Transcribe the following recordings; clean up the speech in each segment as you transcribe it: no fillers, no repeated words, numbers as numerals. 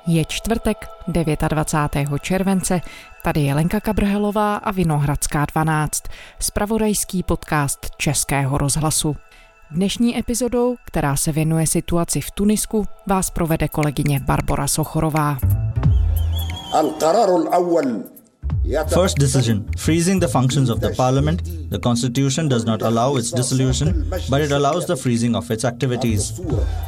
Je čtvrtek 29. července, tady je Lenka Kabrhelová a Vinohradská 12, zpravodajský podcast Českého rozhlasu. Dnešní epizodou, která se věnuje situaci v Tunisku, vás provede kolegyně Barbora Sochorová. First decision, freezing the functions of the parliament. The constitution does not allow its dissolution, but it allows the freezing of its activities.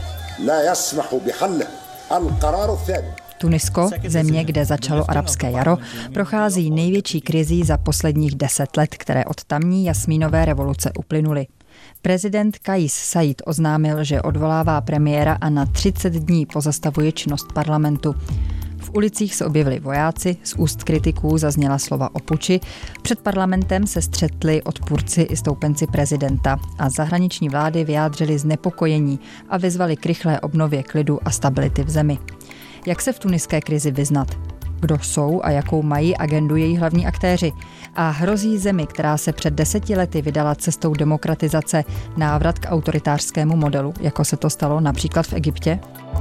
Tunisko, země, kde začalo arabské jaro, prochází největší krizí za posledních 10 let, které od tamní jasmínové revoluce uplynuly. Prezident Kais Saied oznámil, že odvolává premiéra a na 30 dní pozastavuje činnost parlamentu. V ulicích se objevili vojáci, z úst kritiků zazněla slova o puči, před parlamentem se střetli odpůrci i stoupenci prezidenta a zahraniční vlády vyjádřili znepokojení a vyzvali k rychlé obnově klidu a stability v zemi. Jak se v tuniské krizi vyznat? Kdo jsou a jakou mají agendu její hlavní aktéři? A hrozí zemi, která se před 10 lety vydala cestou demokratizace, návrat k autoritářskému modelu, jako se to stalo například v Egyptě?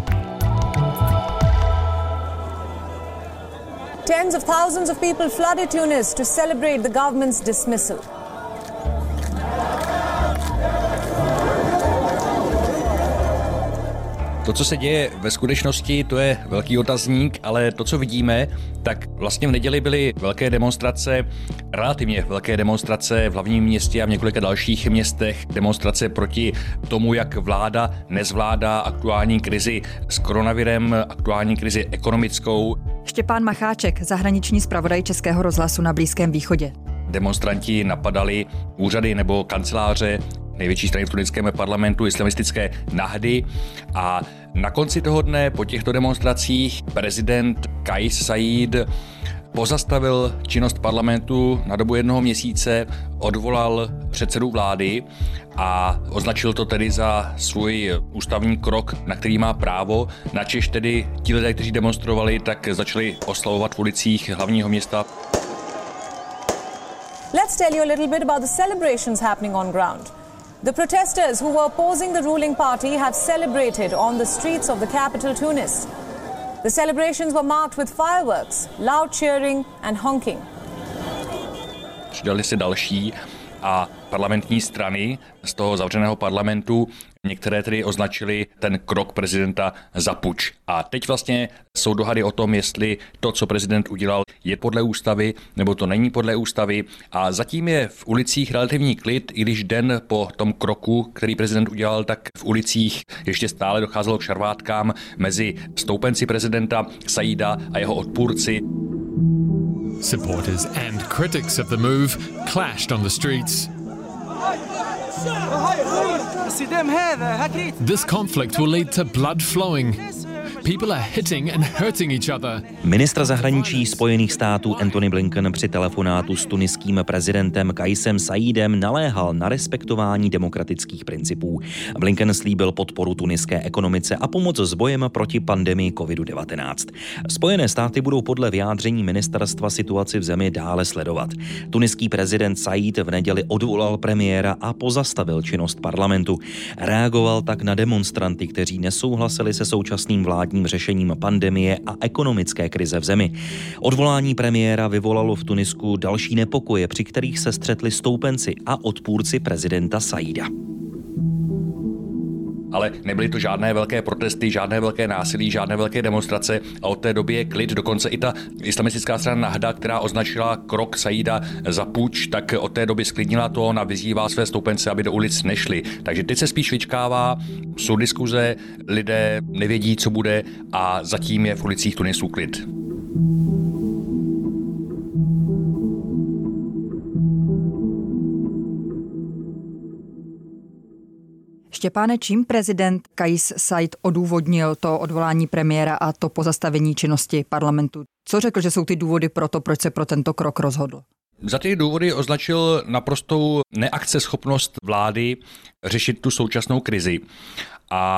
Tens of thousands of people flooded Tunis to celebrate the government's dismissal. To, co se děje ve skutečnosti, to je velký otazník, ale to, co vidíme, tak vlastně v neděli byly velké demonstrace, relativně velké demonstrace v hlavním městě a v několika dalších městech, demonstrace proti tomu, jak vláda nezvládá aktuální krizi s koronavirem, aktuální krizi ekonomickou. Štěpán Macháček, zahraniční zpravodaj Českého rozhlasu na Blízkém východě. Demonstranti napadali úřady nebo kanceláře největší strany v tuniském parlamentu, islamistické Nahdy, a na konci toho dne po těchto demonstracích prezident Kais Saied pozastavil činnost parlamentu na dobu 1 měsíce, odvolal předsedu vlády a označil to tedy za svůj ústavní krok, na který má právo. Načež tedy ti lidé, kteří demonstrovali, tak začali oslavovat v ulicích hlavního města. Let's tell you a little bit about the celebrations happening on ground. The protesters who were opposing the ruling party have celebrated on the streets of the capital Tunis. The celebrations were marked with fireworks, loud cheering and honking. Přidali se další a parlamentní strany z toho zavřeného parlamentu, některé tedy označili ten krok prezidenta za puč. A teď vlastně jsou dohady o tom, jestli to, co prezident udělal, je podle ústavy, nebo to není podle ústavy. A zatím je v ulicích relativní klid, i když den po tom kroku, který prezident udělal, tak v ulicích ještě stále docházelo k šarvátkám mezi stoupenci prezidenta Saida a jeho odpůrci. Supporters and critics of the move clashed on the streets. This conflict will lead to blood flowing. People are hitting and hurting each other. Ministr zahraničí Spojených států Antony Blinken při telefonátu s tuniským prezidentem Kaisem Saiedem naléhal na respektování demokratických principů. Blinken slíbil podporu tuniské ekonomice a pomoc s bojem proti pandemii COVID-19. Spojené státy budou podle vyjádření ministerstva situaci v zemi dále sledovat. Tuniský prezident Saied v neděli odvolal premiéra a pozastavil činnost parlamentu. Reagoval tak na demonstranty, kteří nesouhlasili se současným vládním řešením pandemie a ekonomické krize v zemi. Odvolání premiéra vyvolalo v Tunisku další nepokoje, při kterých se střetli stoupenci a odpůrci prezidenta Saida. Ale nebyly to žádné velké protesty, žádné velké násilí, žádné velké demonstrace a od té doby je klid. Dokonce i ta islamistická strana Nahda, která označila krok Saida za puč, tak od té doby sklidnila to, ona vyzývá své stoupence, aby do ulic nešli. Takže teď se spíš vyčkává, jsou diskuze, lidé nevědí, co bude, a zatím je v ulicích Tunisu klid. Štěpáne, čím prezident Kais Saied odůvodnil to odvolání premiéra a to pozastavení činnosti parlamentu? Co řekl, že jsou ty důvody pro to, proč se pro tento krok rozhodl? Za ty důvody označil naprostou neakceschopnost vlády řešit tu současnou krizi. A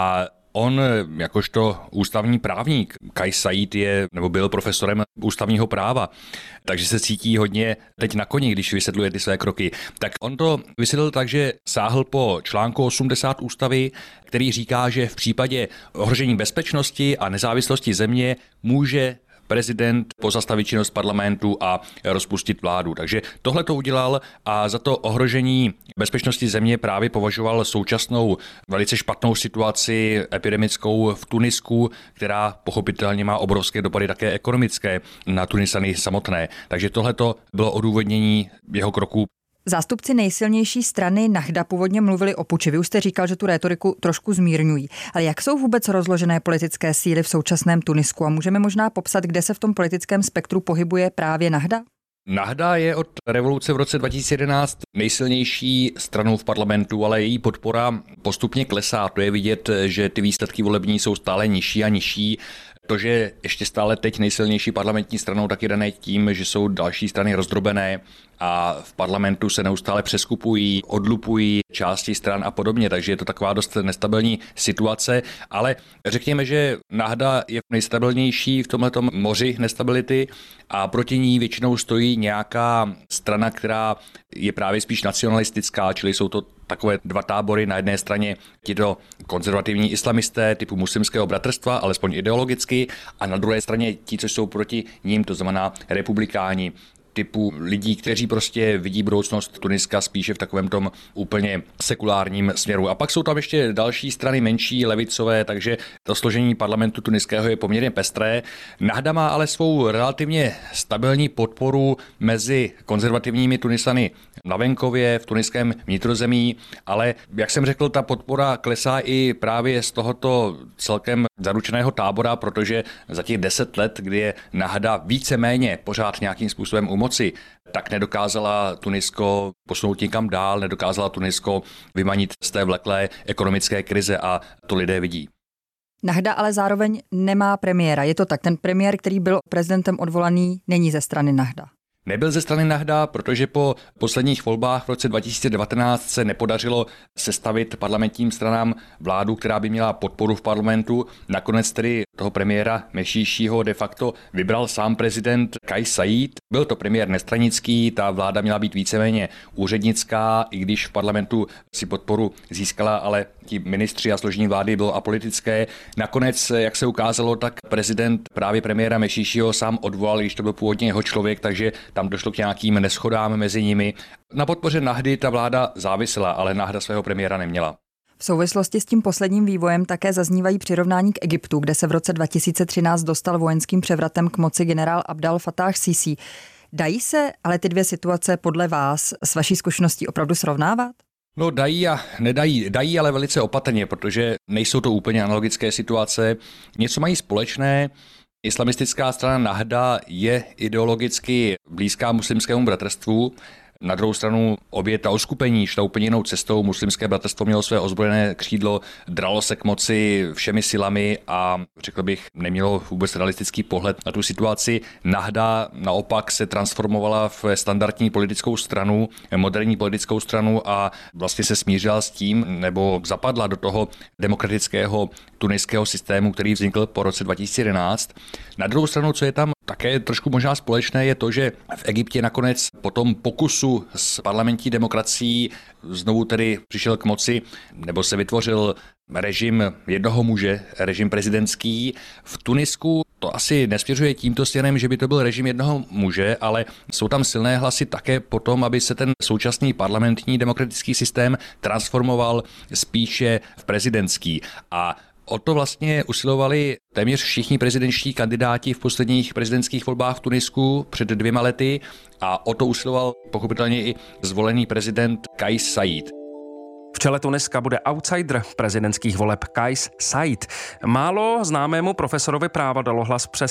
On, jakožto ústavní právník, Kais Saíd byl profesorem ústavního práva, takže se cítí hodně teď na koni, když vysvětluje ty své kroky. Tak on to vysvětlil tak, že sáhl po článku 80 ústavy, který říká, že v případě ohrožení bezpečnosti a nezávislosti země může prezident pozastavit činnost parlamentu a rozpustit vládu. Takže tohle to udělal a za to ohrožení bezpečnosti země právě považoval současnou velice špatnou situaci epidemickou v Tunisku, která pochopitelně má obrovské dopady také ekonomické na Tunisany samotné. Takže tohle to bylo odůvodnění jeho kroku. Zástupci nejsilnější strany Nahda původně mluvili o puči. Vy už jste říkal, že tu rétoriku trošku zmírňují. Ale jak jsou vůbec rozložené politické síly v současném Tunisku? A můžeme možná popsat, kde se v tom politickém spektru pohybuje právě Nahda? Nahda je od revoluce v roce 2011 nejsilnější stranou v parlamentu, ale její podpora postupně klesá. To je vidět, že ty výsledky volební jsou stále nižší a nižší. To, že ještě stále teď nejsilnější parlamentní stranou, tak je dané tím, že jsou další strany rozdrobené a v parlamentu se neustále přeskupují, odlupují části stran a podobně, takže je to taková dost nestabilní situace, ale řekněme, že Nahda je nejstabilnější v tomhletom moři nestability a proti ní většinou stojí nějaká strana, která je právě spíš nacionalistická, čili jsou to takové dva tábory. Na jedné straně tito konzervativní islamisté typu muslimského bratrstva, alespoň ideologicky, a na druhé straně ti, co jsou proti ním, to znamená republikáni, typu lidí, kteří prostě vidí budoucnost Tuniska spíše v takovém tom úplně sekulárním směru. A pak jsou tam ještě další strany menší, levicové, takže to složení parlamentu tuniského je poměrně pestré. Nahda má ale svou relativně stabilní podporu mezi konzervativními Tunisany na venkově, v tuniském vnitrozemí, ale jak jsem řekl, ta podpora klesá i právě z tohoto celkem zaručeného tábora, protože za těch 10 let, kdy je Nahda víceméně pořád nějakým způsobem u moci, tak nedokázala Tunisko posunout někam dál, nedokázala Tunisko vymanit z té vleklé ekonomické krize a to lidé vidí. Nahda ale zároveň nemá premiéra. Je to tak, ten premiér, který byl prezidentem odvolaný, není ze strany Nahda. Nebyl ze strany Nahda, protože po posledních volbách v roce 2019 se nepodařilo sestavit parlamentním stranám vládu, která by měla podporu v parlamentu. Nakonec tedy toho premiéra Mešíšího de facto vybral sám prezident Kais Saíd. Byl to premiér nestranický, ta vláda měla být víceméně úřednická, i když v parlamentu si podporu získala, ale ti ministři a složení vlády bylo apolitické. Nakonec, jak se ukázalo, tak prezident právě premiéra Mešíšího sám odvolal, když to byl původně jeho člověk, takže tam došlo k nějakým neshodám mezi nimi. Na podpoře Nahdy ta vláda závisela, ale Nahda svého premiéra neměla. V souvislosti s tím posledním vývojem také zaznívají přirovnání k Egyptu, kde se v roce 2013 dostal vojenským převratem k moci generál Abdel Fattah Sisi. Dají se ale ty dvě situace podle vás s vaší zkušeností opravdu srovnávat? No dají a nedají. Dají, ale velice opatrně, protože nejsou to úplně analogické situace. Něco mají společné. Islamistická strana Nahda je ideologicky blízká muslimskému bratrstvu. Na druhou stranu obě ta uskupení šla úplně jinou cestou. Muslimské bratrstvo mělo své ozbrojené křídlo, dralo se k moci všemi silami a řekl bych, nemělo vůbec realistický pohled na tu situaci. Nahda naopak se transformovala v standardní politickou stranu, moderní politickou stranu a vlastně se smířila s tím, nebo zapadla do toho demokratického tuniského systému, který vznikl po roce 2011. Na druhou stranu, co je tam také trošku možná společné, je to, že v Egyptě nakonec po tom pokusu s parlamentní demokracií znovu tedy přišel k moci, nebo se vytvořil režim jednoho muže, režim prezidentský. V Tunisku to asi nesměřuje tímto směrem, že by to byl režim jednoho muže, ale jsou tam silné hlasy také potom, aby se ten současný parlamentní demokratický systém transformoval spíše v prezidentský. A o to vlastně usilovali téměř všichni prezidentští kandidáti v posledních prezidentských volbách v Tunisku před 2 lety a o to usiloval pochopitelně i zvolený prezident Kais Saíd. V čele Tuniska bude outsider prezidentských voleb Kais Saíd. Málo známému profesorovi práva dalo hlas přes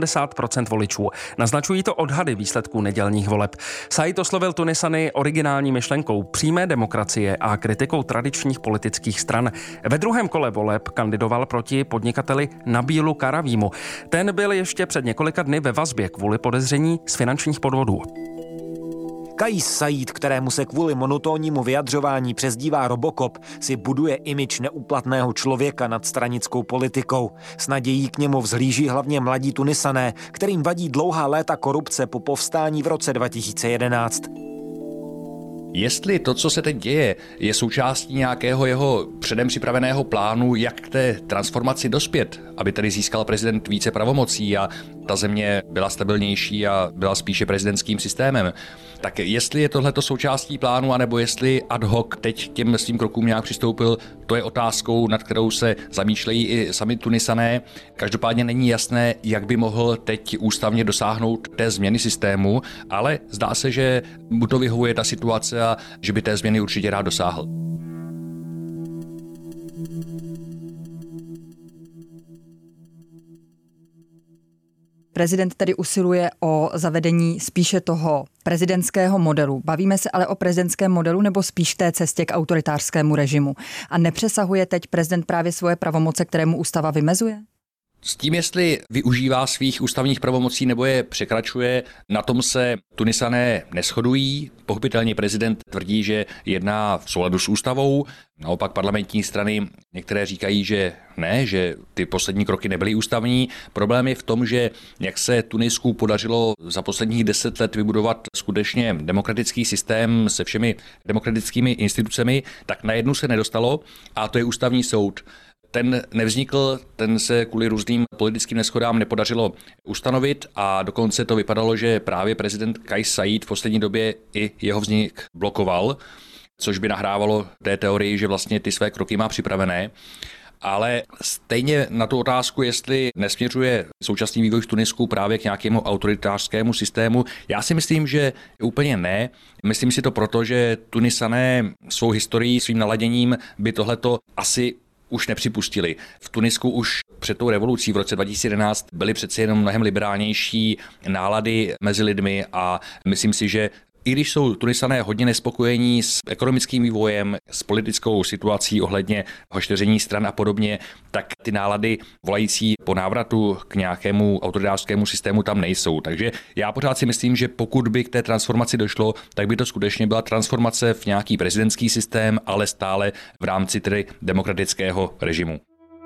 70% voličů. Naznačují to odhady výsledků nedělních voleb. Saíd oslovil Tunisany originální myšlenkou přímé demokracie a kritikou tradičních politických stran. Ve druhém kole voleb kandidoval proti podnikateli Nabílu Karavímu. Ten byl ještě před několika dny ve vazbě kvůli podezření z finančních podvodů. Kais Said, kterému se kvůli monotónnímu vyjadřování přezdívá Robocop, si buduje image neúplatného člověka nad stranickou politikou. S nadějí k němu vzhlíží hlavně mladí Tunisané, kterým vadí dlouhá léta korupce po povstání v roce 2011. Jestli to, co se teď děje, je součástí nějakého jeho předem připraveného plánu, jak k té transformaci dospět, aby tedy získal prezident více pravomocí a ta země byla stabilnější a byla spíše prezidentským systémem, tak jestli je tohleto součástí plánu, anebo jestli ad hoc teď k těm svým krokům nějak přistoupil, to je otázkou, nad kterou se zamýšlejí i sami Tunisané. Každopádně není jasné, jak by mohl teď ústavně dosáhnout té změny systému, ale zdá se, že mu to vyhovuje ta situace a že by té změny určitě rád dosáhl. Prezident tedy usiluje o zavedení spíše toho prezidentského modelu. Bavíme se ale o prezidentském modelu nebo spíš té cestě k autoritářskému režimu? A nepřesahuje teď prezident právě svoje pravomoce, které mu ústava vymezuje? S tím, jestli využívá svých ústavních pravomocí nebo je překračuje, na tom se Tunisané neshodují. Pochopitelně prezident tvrdí, že jedná v souladu s ústavou. Naopak parlamentní strany některé říkají, že ne, že ty poslední kroky nebyly ústavní. Problém je v tom, že jak se Tunisku podařilo za posledních 10 let vybudovat skutečně demokratický systém se všemi demokratickými institucemi, tak na jednu se nedostalo a to je ústavní soud. Ten nevznikl, ten se kvůli různým politickým neshodám nepodařilo ustanovit a dokonce to vypadalo, že právě prezident Kais Said v poslední době i jeho vznik blokoval, což by nahrávalo té teorii, že vlastně ty své kroky má připravené. Ale stejně na tu otázku, jestli nesměřuje současný vývoj v Tunisku právě k nějakému autoritářskému systému, já si myslím, že úplně ne. Myslím si to proto, že Tunisané svou historií, svým naladěním by tohleto asi už nepřipustili. V Tunisku už před tou revolucí v roce 2011 byly přece jenom mnohem liberálnější nálady mezi lidmi a myslím si, že i když jsou Tunisané hodně nespokojení s ekonomickým vývojem, s politickou situací ohledně hoštěření stran a podobně, tak ty nálady volající po návratu k nějakému autoritářskému systému tam nejsou. Takže já pořád si myslím, že pokud by k té transformaci došlo, tak by to skutečně byla transformace v nějaký prezidentský systém, ale stále v rámci tedy demokratického režimu.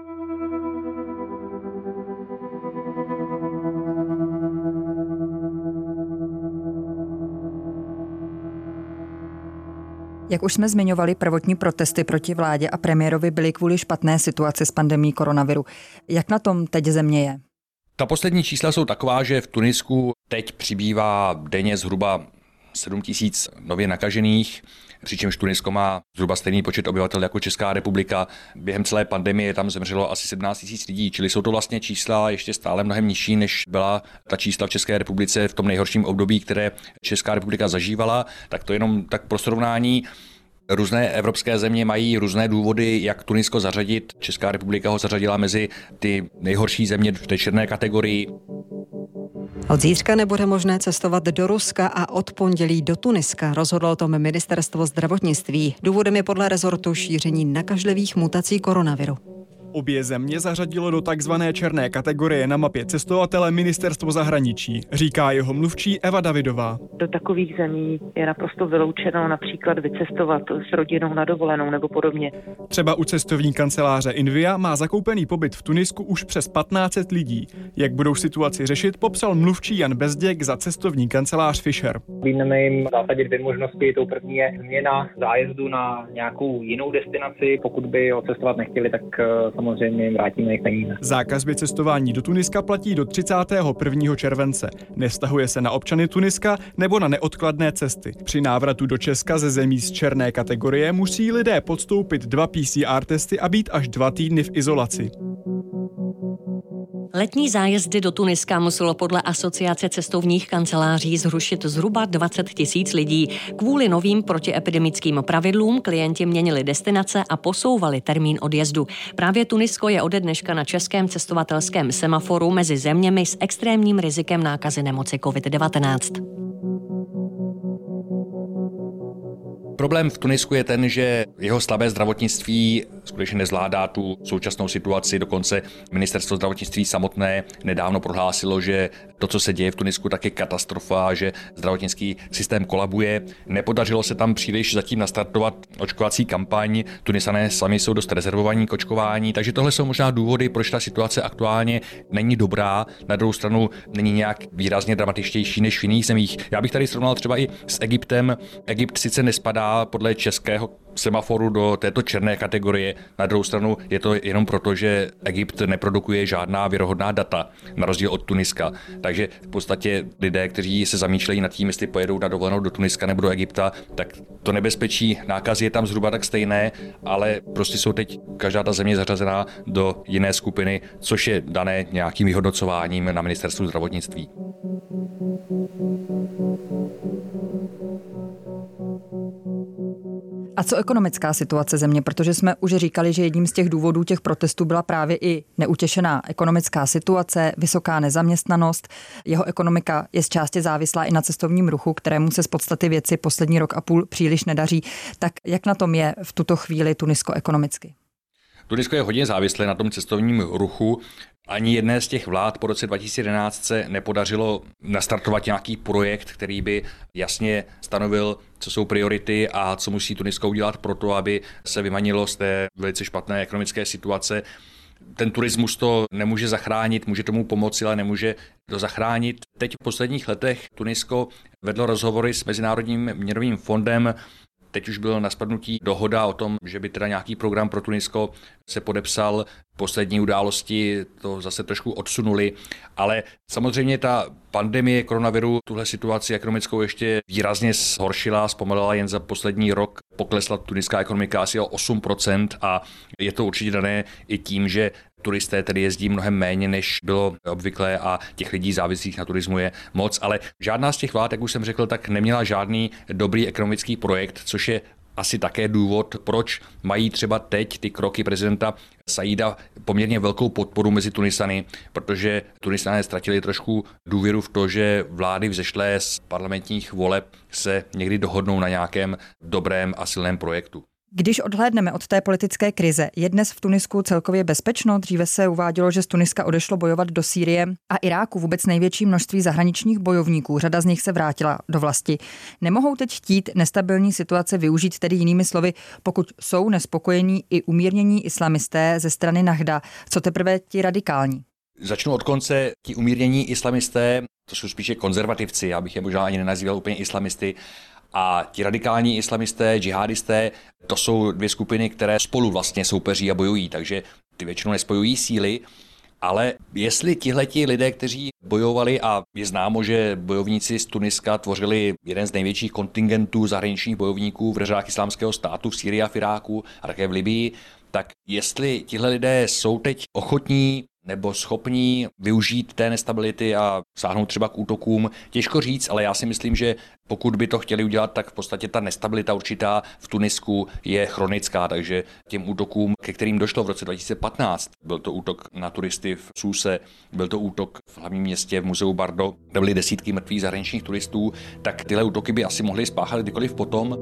Jak už jsme zmiňovali, prvotní protesty proti vládě a premiérovi byly kvůli špatné situaci s pandemií koronaviru. Jak na tom teď země je? Ta poslední čísla jsou taková, že v Tunisku teď přibývá denně zhruba 7 000 nově nakažených, přičemž Tunisko má zhruba stejný počet obyvatel jako Česká republika. Během celé pandemie tam zemřelo asi 17 000 lidí, čili jsou to vlastně čísla ještě stále mnohem nižší, než byla ta čísla v České republice v tom nejhorším období, které Česká republika zažívala. Tak to jenom tak pro srovnání. Různé evropské země mají různé důvody, jak Tunisko zařadit. Česká republika ho zařadila mezi ty nejhorší země v té černé kategorii. Od zítřka nebude možné cestovat do Ruska a od pondělí do Tuniska, rozhodlo o tom ministerstvo zdravotnictví. Důvodem je podle rezortu šíření nakažlivých mutací koronaviru. Obě země zařadilo do takzvané černé kategorie na mapě cestovatele ministerstvo zahraničí, říká jeho mluvčí Eva Davidová. Do takových zemí je naprosto vyloučeno například vycestovat s rodinou na dovolenou nebo podobně. Třeba u cestovní kanceláře Invia má zakoupený pobyt v Tunisku už přes 1500 lidí. Jak budou situaci řešit, popsal mluvčí Jan Bezděk za cestovní kancelář Fischer. Nabídneme jim v zásadě 2 možnosti. Tou první je změna zájezdu na nějakou jinou destinaci. Pokud by odcestovat nechtěli, tak samozřejmě jim vrátíme jejich peníze. Zákaz vycestování do Tuniska platí do 31. července. Nevztahuje se na občany Tuniska nebo na neodkladné cesty. Při návratu do Česka ze zemí z černé kategorie musí lidé podstoupit 2 PCR testy a být až 2 týdny v izolaci. Letní zájezdy do Tuniska muselo podle Asociace cestovních kanceláří zrušit zhruba 20 000 lidí. Kvůli novým protiepidemickým pravidlům klienti měnili destinace a posouvali termín odjezdu. Právě Tunisko je ode dneška na českém cestovatelském semaforu mezi zeměmi s extrémním rizikem nákazy nemoci COVID-19. Problém v Tunisku je ten, že jeho slabé zdravotnictví skutečně nezvládá tu současnou situaci. Dokonce ministerstvo zdravotnictví samotné nedávno prohlásilo, že to, co se děje v Tunisku, tak je katastrofa, že zdravotnický systém kolabuje. Nepodařilo se tam příliš zatím nastartovat očkovací kampaň. Tunisané sami jsou dost rezervovaní k očkování, takže tohle jsou možná důvody, proč ta situace aktuálně není dobrá. Na druhou stranu není nějak výrazně dramatičtější než v jiných zemích. Já bych tady srovnal třeba i s Egyptem. Egypt sice nespadá podle českého semaforu do této černé kategorie. Na druhou stranu je to jenom proto, že Egypt neprodukuje žádná věrohodná data, na rozdíl od Tuniska. Takže v podstatě lidé, kteří se zamýšlejí nad tím, jestli pojedou na dovolenou do Tuniska nebo do Egypta, tak to nebezpečí nákazy je tam zhruba tak stejné, ale prostě jsou teď každá ta země zařazená do jiné skupiny, což je dané nějakým vyhodnocováním na ministerstvu zdravotnictví. A co ekonomická situace země? Protože jsme už říkali, že jedním z těch důvodů těch protestů byla právě i neutěšená ekonomická situace, vysoká nezaměstnanost. Jeho ekonomika je z části závislá i na cestovním ruchu, kterému se z podstaty věci poslední rok a půl příliš nedaří. Tak jak na tom je v tuto chvíli Tunisko ekonomicky? Tunisko je hodně závislé na tom cestovním ruchu. Ani jedné z těch vlád po roce 2011 se nepodařilo nastartovat nějaký projekt, který by jasně stanovil, co jsou priority a co musí Tunisko udělat pro to, aby se vymanilo z té velice špatné ekonomické situace. Ten turismus to nemůže zachránit, může tomu pomoci, ale nemůže to zachránit. Teď v posledních letech Tunisko vedlo rozhovory s Mezinárodním měnovým fondem. Teď už byl na spadnutí dohoda o tom, že by teda nějaký program pro Tunisko se podepsal. Poslední události to zase trošku odsunuli, ale samozřejmě ta pandemie koronaviru tuhle situaci ekonomickou ještě výrazně zhoršila, zpomalila. Jen za poslední rok poklesla tuniská ekonomika asi o 8% a je to určitě dané i tím, že turisté tedy jezdí mnohem méně, než bylo obvyklé a těch lidí závislých na turismu je moc, ale žádná z těch vlád, jak už jsem řekl, tak neměla žádný dobrý ekonomický projekt, což je asi také důvod, proč mají třeba teď ty kroky prezidenta Saída poměrně velkou podporu mezi Tunisany, protože Tunisané ztratili trošku důvěru v to, že vlády vzešlé z parlamentních voleb se někdy dohodnou na nějakém dobrém a silném projektu. Když odhlédneme od té politické krize, je dnes v Tunisku celkově bezpečno? Dříve se uvádělo, že z Tuniska odešlo bojovat do Sýrie a Iráku vůbec největší množství zahraničních bojovníků. Řada z nich se vrátila do vlasti. Nemohou teď chtít nestabilní situace využít, tedy jinými slovy, pokud jsou nespokojení i umírnění islamisté ze strany Nahda, co teprve ti radikální? Začnu od konce. Ti umírnění islamisté, to jsou spíše konzervativci, já bych je možná ani nenazýval úplně islamisty, a ti radikální islamisté, džihadisté, to jsou dvě skupiny, které spolu vlastně soupeří a bojují, takže ty většinou nespojují síly, ale jestli tihleti lidé, kteří bojovali, a je známo, že bojovníci z Tuniska tvořili jeden z největších kontingentů zahraničních bojovníků v řadách Islámského státu v Sýrii a v Iráku a také v Libyi, tak jestli tihle lidé jsou teď ochotní nebo schopní využít té nestability a sáhnout třeba k útokům, těžko říct, ale já si myslím, že pokud by to chtěli udělat, tak v podstatě ta nestabilita určitá v Tunisku je chronická, takže těm útokům, ke kterým došlo v roce 2015, byl to útok na turisty v Suse, byl to útok v hlavním městě v muzeu Bardo, kde byly desítky mrtvých zahraničních turistů, tak tyhle útoky by asi mohly spáchat kdykoliv potom.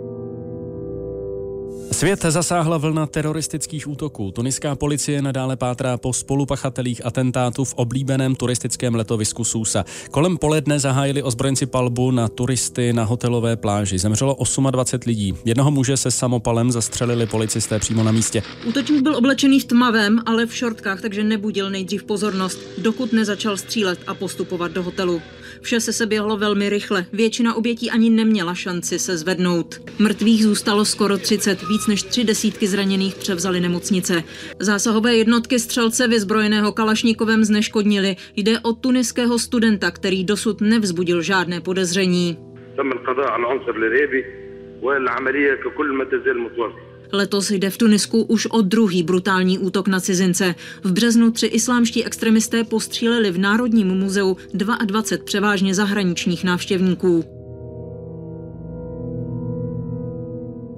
Svět zasáhla vlna teroristických útoků. Tuniská policie nadále pátrá po spolupachatelích atentátu v oblíbeném turistickém letovisku Susa. Kolem poledne zahájili ozbrojenci palbu na turisty na hotelové pláži. Zemřelo 28 lidí. Jednoho muže se samopalem zastřelili policisté přímo na místě. Útočník byl oblečený v tmavém, ale v šortkách, takže nebudil nejdřív pozornost, dokud nezačal střílet a postupovat do hotelu. Vše se seběhlo velmi rychle. Většina obětí ani neměla šanci se zvednout. Mrtvých zůstalo skoro 30, víc než 30 zraněných převzaly nemocnice. Zásahové jednotky střelce vyzbrojeného kalašnikovem zneškodnili. Jde o tuniského studenta, který dosud nevzbudil žádné podezření. Letos jde v Tunisku už o druhý brutální útok na cizince. V březnu 3 islámští extremisté postříleli v Národním muzeu 22 převážně zahraničních návštěvníků.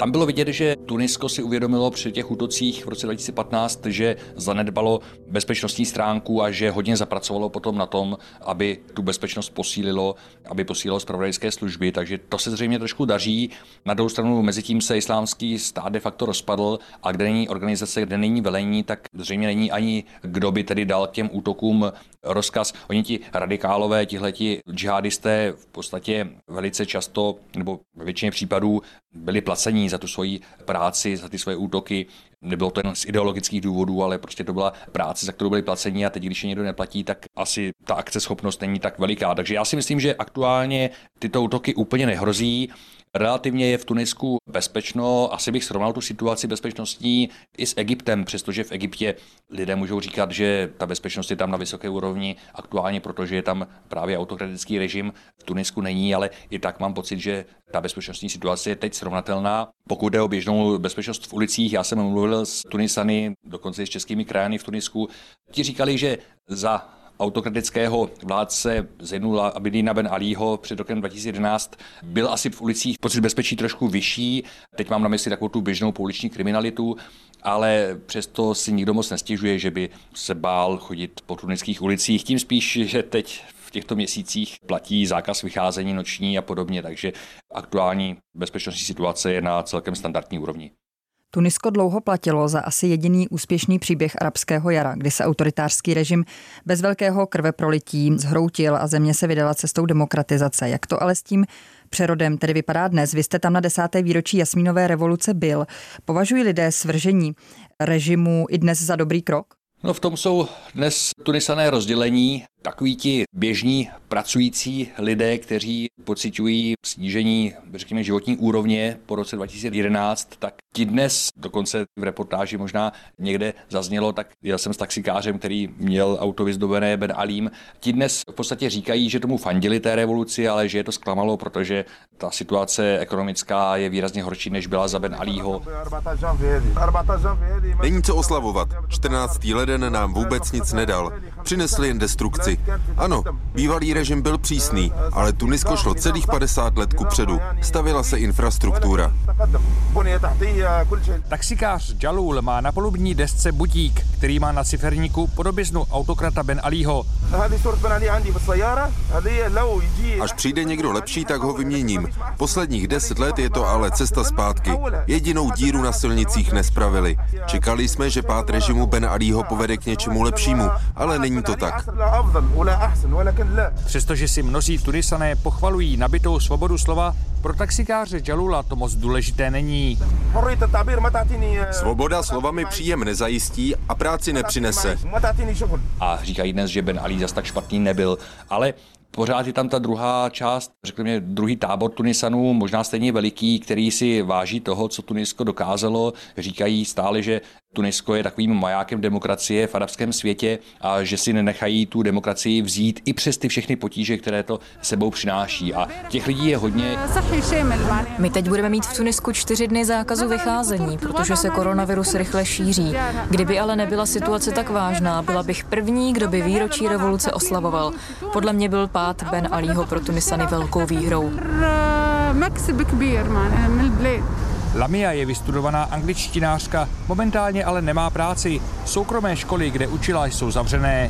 Tam bylo vidět, že Tunisko si uvědomilo při těch útocích v roce 2015, že zanedbalo bezpečnostní stránku a že hodně zapracovalo potom na tom, aby tu bezpečnost posílilo, aby posílilo zpravodajské služby, takže to se zřejmě trošku daří. Na druhou stranu mezitím se islámský stát de facto rozpadl a kde není organizace, kde není velení, tak zřejmě není ani kdo by tedy dal k těm útokům rozkaz. Oni ti radikálové, tihleti džihadisté v podstatě velice často, nebo ve většině případů byli placení za tu svoji práci, za ty svoje útoky. Nebylo to jen z ideologických důvodů, ale prostě to byla práce, za kterou byli placení a teď, když je někdo neplatí, tak asi ta akceschopnost není tak veliká. Takže já si myslím, že aktuálně tyto útoky úplně nehrozí. Relativně je v Tunisku bezpečno, asi bych srovnal tu situaci bezpečnostní i s Egyptem, přestože v Egyptě lidé můžou říkat, že ta bezpečnost je tam na vysoké úrovni aktuálně, protože je tam právě autokratický režim, v Tunisku není, ale i tak mám pocit, že ta bezpečnostní situace je teď srovnatelná. Pokud jde o běžnou bezpečnost v ulicích, já jsem mluvil s Tunisany, dokonce i s českými krajany v Tunisku, ti říkali, že za autokratického vládce Zejnula Abidina Ben Alího před rokem 2011 byl asi v ulicích pocit bezpečí trošku vyšší. Teď mám na mysli takovou tu běžnou pouliční kriminalitu, ale přesto si nikdo moc nestěžuje, že by se bál chodit po tuniských ulicích. Tím spíš, že teď v těchto měsících platí zákaz vycházení noční a podobně, takže aktuální bezpečnostní situace je na celkem standardní úrovni. Tunisko dlouho platilo za asi jediný úspěšný příběh arabského jara, kdy se autoritářský režim bez velkého krveprolití zhroutil a země se vydala cestou demokratizace. Jak to ale s tím přerodem tedy vypadá dnes? Vy jste tam na 10. výročí Jasmínové revoluce byl. Považují lidé svržení režimu i dnes za dobrý krok? No v tom jsou dnes Tunisané rozdělení. Takoví ti běžní pracující lidé, kteří pociťují snížení, řekněme, životní úrovně po roce 2011, tak ti dnes, dokonce v reportáži možná někde zaznělo, tak jel jsem s taxikářem, který měl auto vyzdobené Ben Alím, ti dnes v podstatě říkají, že tomu fandili té revoluci, ale že je to zklamalo, protože ta situace ekonomická je výrazně horší, než byla za Ben Alího. Není co oslavovat. 14. leden nám vůbec nic nedal. Přinesli jen destrukci. Ano, bývalý režim byl přísný, ale Tunisko šlo celých 50 let kupředu. Stavěla se infrastruktura. Taxikář Jalul má na palubní desce budík, který má na ciferníku podobiznu autokrata Ben Alího. Až přijde někdo lepší, tak ho vyměním. Posledních 10 let je to ale cesta zpátky. Jedinou díru na silnicích nespravili. Čekali jsme, že pád režimu Ben Alího povede k něčemu lepšímu, ale není to tak. Přestože si mnozí Tunisané pochvalují nabitou svobodu slova, pro taxikáře Jalula to moc důležité není. Svoboda slova mi příjem nezajistí a práci nepřinese. A říkají dnes, že Ben Ali zas tak špatný nebyl, ale pořád je tam ta druhá část, řekněme druhý tábor Tunisanů, možná stejně veliký, který si váží toho, co Tunisko dokázalo. Říkají stále, že Tunisko je takovým majákem demokracie v arabském světě a že si nenechají tu demokracii vzít i přes ty všechny potíže, které to sebou přináší. A těch lidí je hodně. My teď budeme mít v Tunisku 4 dny zákazu vycházení, protože se koronavirus rychle šíří. Kdyby ale nebyla situace tak vážná, byla bych první, kdo by výročí revoluce oslavoval. Podle mě byl pád Ben Alího pro Tunisany velkou výhrou. Lamia je vystudovaná angličtinářka, momentálně ale nemá práci. Soukromé školy, kde učila, jsou zavřené.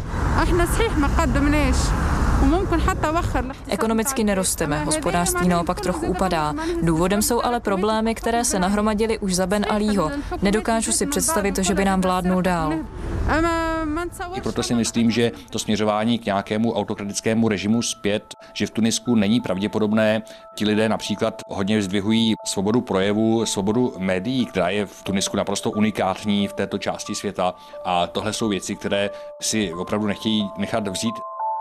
Ekonomicky nerosteme, hospodářství naopak trochu upadá. Důvodem jsou ale problémy, které se nahromadily už za Ben Alího. Nedokážu si představit, že by nám vládnul dál. I proto si myslím, že to směřování k nějakému autokratickému režimu zpět, že v Tunisku není pravděpodobné. Ti lidé například hodně vyzdvihují svobodu projevu, svobodu médií, která je v Tunisku naprosto unikátní v této části světa. A tohle jsou věci, které si opravdu nechtějí nechat vzít.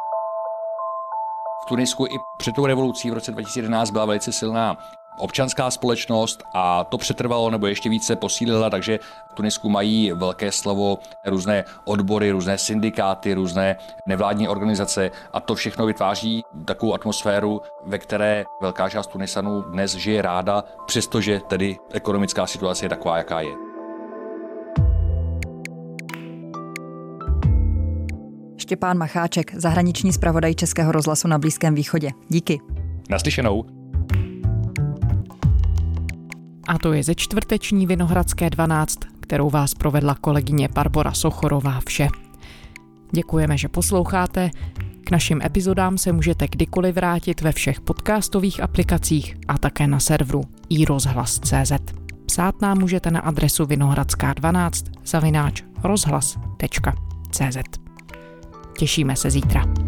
V Tunisku i před tou revolucí v roce 2011 byla velice silná občanská společnost a to přetrvalo nebo ještě více posílila, takže v Tunisku mají velké slovo různé odbory, různé syndikáty, různé nevládní organizace a to všechno vytváří takovou atmosféru, ve které velká část Tunisanů dnes žije ráda, přestože tedy ekonomická situace je taková, jaká je. Štěpán Macháček, zahraniční zpravodaj Českého rozhlasu na Blízkém východě. Díky. Naslyšenou. A to je ze čtvrteční Vinohradské 12, kterou vás provedla kolegyně Barbora Sochorová, vše. Děkujeme, že posloucháte. K našim epizodám se můžete kdykoliv vrátit ve všech podcastových aplikacích a také na serveru iRozhlas.cz. Psát nám můžete na adresu vinohradská12 @rozhlas.cz. Těšíme se zítra.